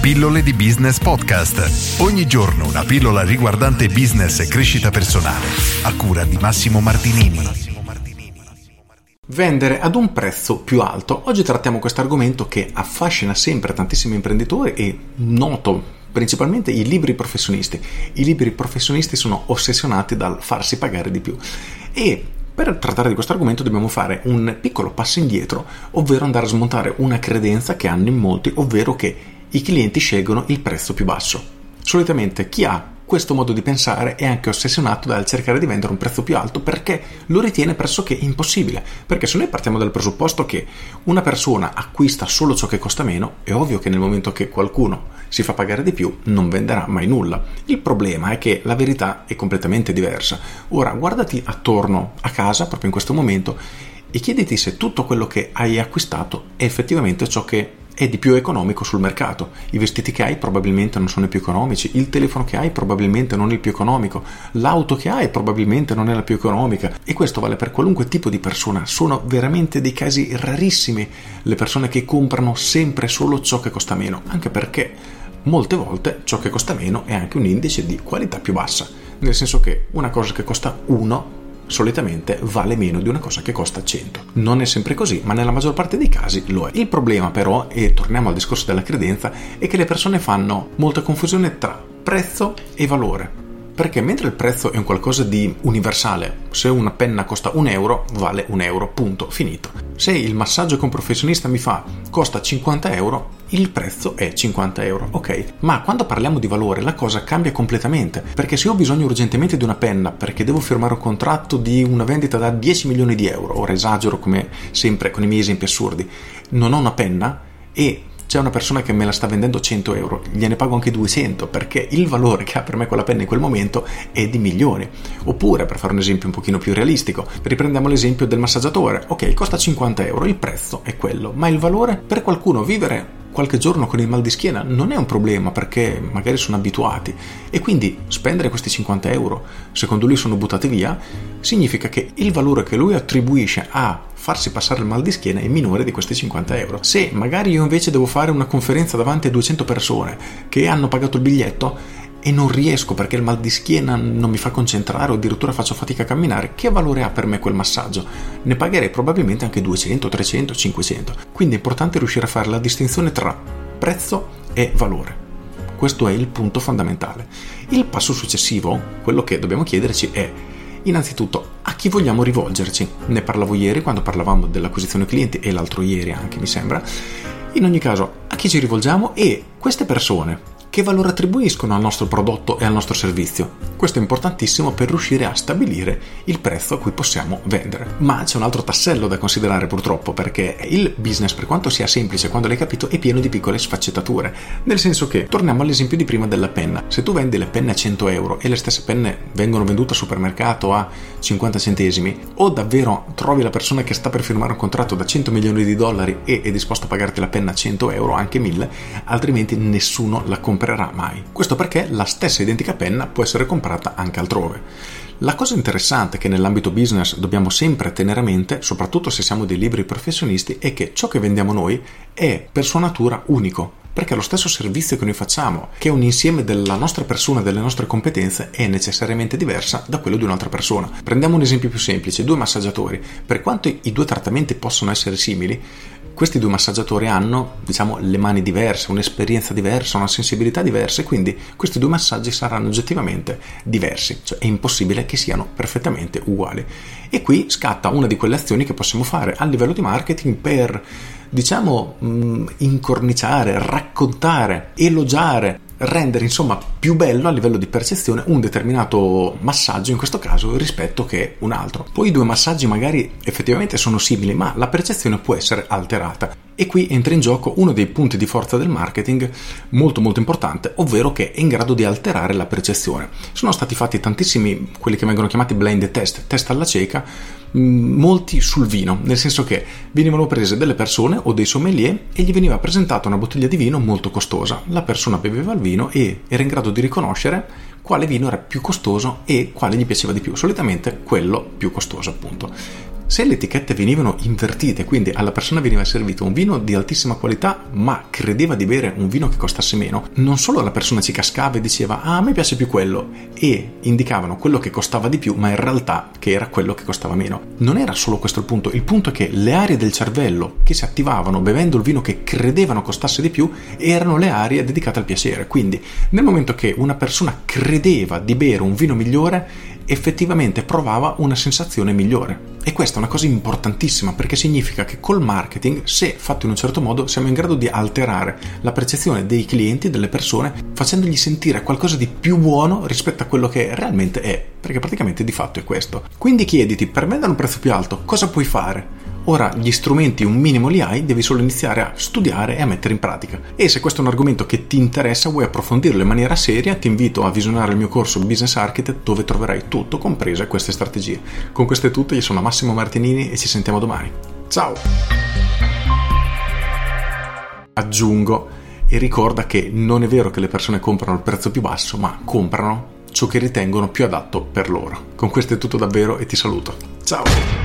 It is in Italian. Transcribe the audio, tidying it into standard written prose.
Pillole di Business Podcast. Ogni giorno una pillola riguardante business e crescita personale. A cura di Massimo Martinini. Vendere ad un prezzo più alto. Oggi trattiamo questo argomento che affascina sempre tantissimi imprenditori e noto principalmente i liberi professionisti. I liberi professionisti sono ossessionati dal farsi pagare di più. E per trattare di questo argomento dobbiamo fare un piccolo passo indietro, ovvero andare a smontare una credenza che hanno in molti, ovvero che i clienti scelgono il prezzo più basso. Solitamente chi ha questo modo di pensare è anche ossessionato dal cercare di vendere un prezzo più alto perché lo ritiene pressoché impossibile. Perché se noi partiamo dal presupposto che una persona acquista solo ciò che costa meno, è ovvio che nel momento che qualcuno si fa pagare di più non venderà mai nulla. Il problema è che la verità è completamente diversa. Ora guardati attorno a casa proprio in questo momento e chiediti se tutto quello che hai acquistato è effettivamente ciò che è di più economico sul mercato. I vestiti che hai probabilmente non sono i più economici, il telefono che hai probabilmente non è il più economico, l'auto che hai probabilmente non è la più economica, e questo vale per qualunque tipo di persona. Sono veramente dei casi rarissimi le persone che comprano sempre solo ciò che costa meno, anche perché molte volte ciò che costa meno è anche un indice di qualità più bassa, nel senso che una cosa che costa 1 solitamente vale meno di una cosa che costa 100. Non è sempre così, ma nella maggior parte dei casi lo è. Il problema però, e torniamo al discorso della credenza, è che le persone fanno molta confusione tra prezzo e valore. Perché mentre il prezzo è un qualcosa di universale, se una penna costa €1, vale €1, punto, finito. Se il massaggio che un professionista mi fa costa €50, il prezzo è €50, ok? Ma quando parliamo di valore la cosa cambia completamente, perché se io ho bisogno urgentemente di una penna perché devo firmare un contratto di una vendita da 10 milioni di euro, ora esagero come sempre con i miei esempi assurdi, non ho una penna e c'è una persona che me la sta vendendo €100, gliene pago anche 200 perché il valore che ha per me quella penna in quel momento è di milioni. Oppure, per fare un esempio un pochino più realistico, riprendiamo l'esempio del massaggiatore. Ok, costa €50, il prezzo è quello, ma il valore? Per qualcuno vivere qualche giorno con il mal di schiena non è un problema perché magari sono abituati, e quindi spendere questi €50 secondo lui sono buttati via, significa che il valore che lui attribuisce a farsi passare il mal di schiena è minore di questi €50. Se magari io invece devo fare una conferenza davanti a 200 persone che hanno pagato il biglietto e non riesco perché il mal di schiena non mi fa concentrare o addirittura faccio fatica a camminare, che valore ha per me quel massaggio? Ne pagherei probabilmente anche 200, 300, 500. Quindi è importante riuscire a fare la distinzione tra prezzo e valore. Questo è il punto fondamentale. Il passo successivo, quello che dobbiamo chiederci è: innanzitutto, a chi vogliamo rivolgerci? Ne parlavo ieri quando parlavamo dell'acquisizione clienti e l'altro ieri anche, mi sembra. In ogni caso, a chi ci rivolgiamo e queste persone che valore attribuiscono al nostro prodotto e al nostro servizio? Questo è importantissimo per riuscire a stabilire il prezzo a cui possiamo vendere. Ma c'è un altro tassello da considerare purtroppo, perché il business, per quanto sia semplice quando l'hai capito, è pieno di piccole sfaccettature. Nel senso che, torniamo all'esempio di prima della penna, se tu vendi le penne a €100 e le stesse penne vengono vendute al supermercato a 50 centesimi, o davvero trovi la persona che sta per firmare un contratto da $100 milioni e è disposto a pagarti la penna a €100, anche 1000, altrimenti nessuno la comprerà mai. Questo perché la stessa identica penna può essere comprata anche altrove. La cosa interessante che nell'ambito business dobbiamo sempre tenere a mente, soprattutto se siamo dei liberi professionisti, è che ciò che vendiamo noi è per sua natura unico, perché lo stesso servizio che noi facciamo, che è un insieme della nostra persona e delle nostre competenze, è necessariamente diversa da quello di un'altra persona. Prendiamo un esempio più semplice: 2 massaggiatori. Per quanto i 2 trattamenti possono essere simili, questi 2 massaggiatori hanno, le mani diverse, un'esperienza diversa, una sensibilità diversa, e quindi questi 2 massaggi saranno oggettivamente diversi, cioè è impossibile che siano perfettamente uguali. E qui scatta una di quelle azioni che possiamo fare a livello di marketing per, incorniciare, raccontare, elogiare, rendere insomma più bello a livello di percezione un determinato massaggio, in questo caso, rispetto che un altro. Poi i 2 massaggi magari effettivamente sono simili, ma la percezione può essere alterata, e qui entra in gioco uno dei punti di forza del marketing molto molto importante, ovvero che è in grado di alterare la percezione. Sono stati fatti tantissimi quelli che vengono chiamati blind test alla cieca, molti sul vino, nel senso che venivano prese delle persone o dei sommelier e gli veniva presentata una bottiglia di vino molto costosa. La persona beveva il vino e era in grado di riconoscere quale vino era più costoso e quale gli piaceva di più, solitamente quello più costoso, appunto. Se le etichette venivano invertite, quindi alla persona veniva servito un vino di altissima qualità ma credeva di bere un vino che costasse meno, non solo la persona ci cascava e diceva a me piace più quello, e indicavano quello che costava di più ma in realtà che era quello che costava meno. Non era solo questo il punto è che le aree del cervello che si attivavano bevendo il vino che credevano costasse di più erano le aree dedicate al piacere. Quindi nel momento che una persona credeva di bere un vino migliore, effettivamente provava una sensazione migliore. E questa è una cosa importantissima, perché significa che col marketing, se fatto in un certo modo, siamo in grado di alterare la percezione dei clienti, delle persone, facendogli sentire qualcosa di più buono rispetto a quello che realmente è, perché praticamente di fatto è questo. Quindi chiediti, per vendere a un prezzo più alto, cosa puoi fare? Ora gli strumenti un minimo li hai, devi solo iniziare a studiare e a mettere in pratica. E se questo è un argomento che ti interessa, vuoi approfondirlo in maniera seria, ti invito a visionare il mio corso Business Architect, dove troverai tutto, comprese queste strategie. Con questo è tutto, io sono Massimo Martinini e ci sentiamo domani. Ciao! Aggiungo e ricorda che non è vero che le persone comprano il prezzo più basso, ma comprano ciò che ritengono più adatto per loro. Con questo è tutto davvero e ti saluto. Ciao!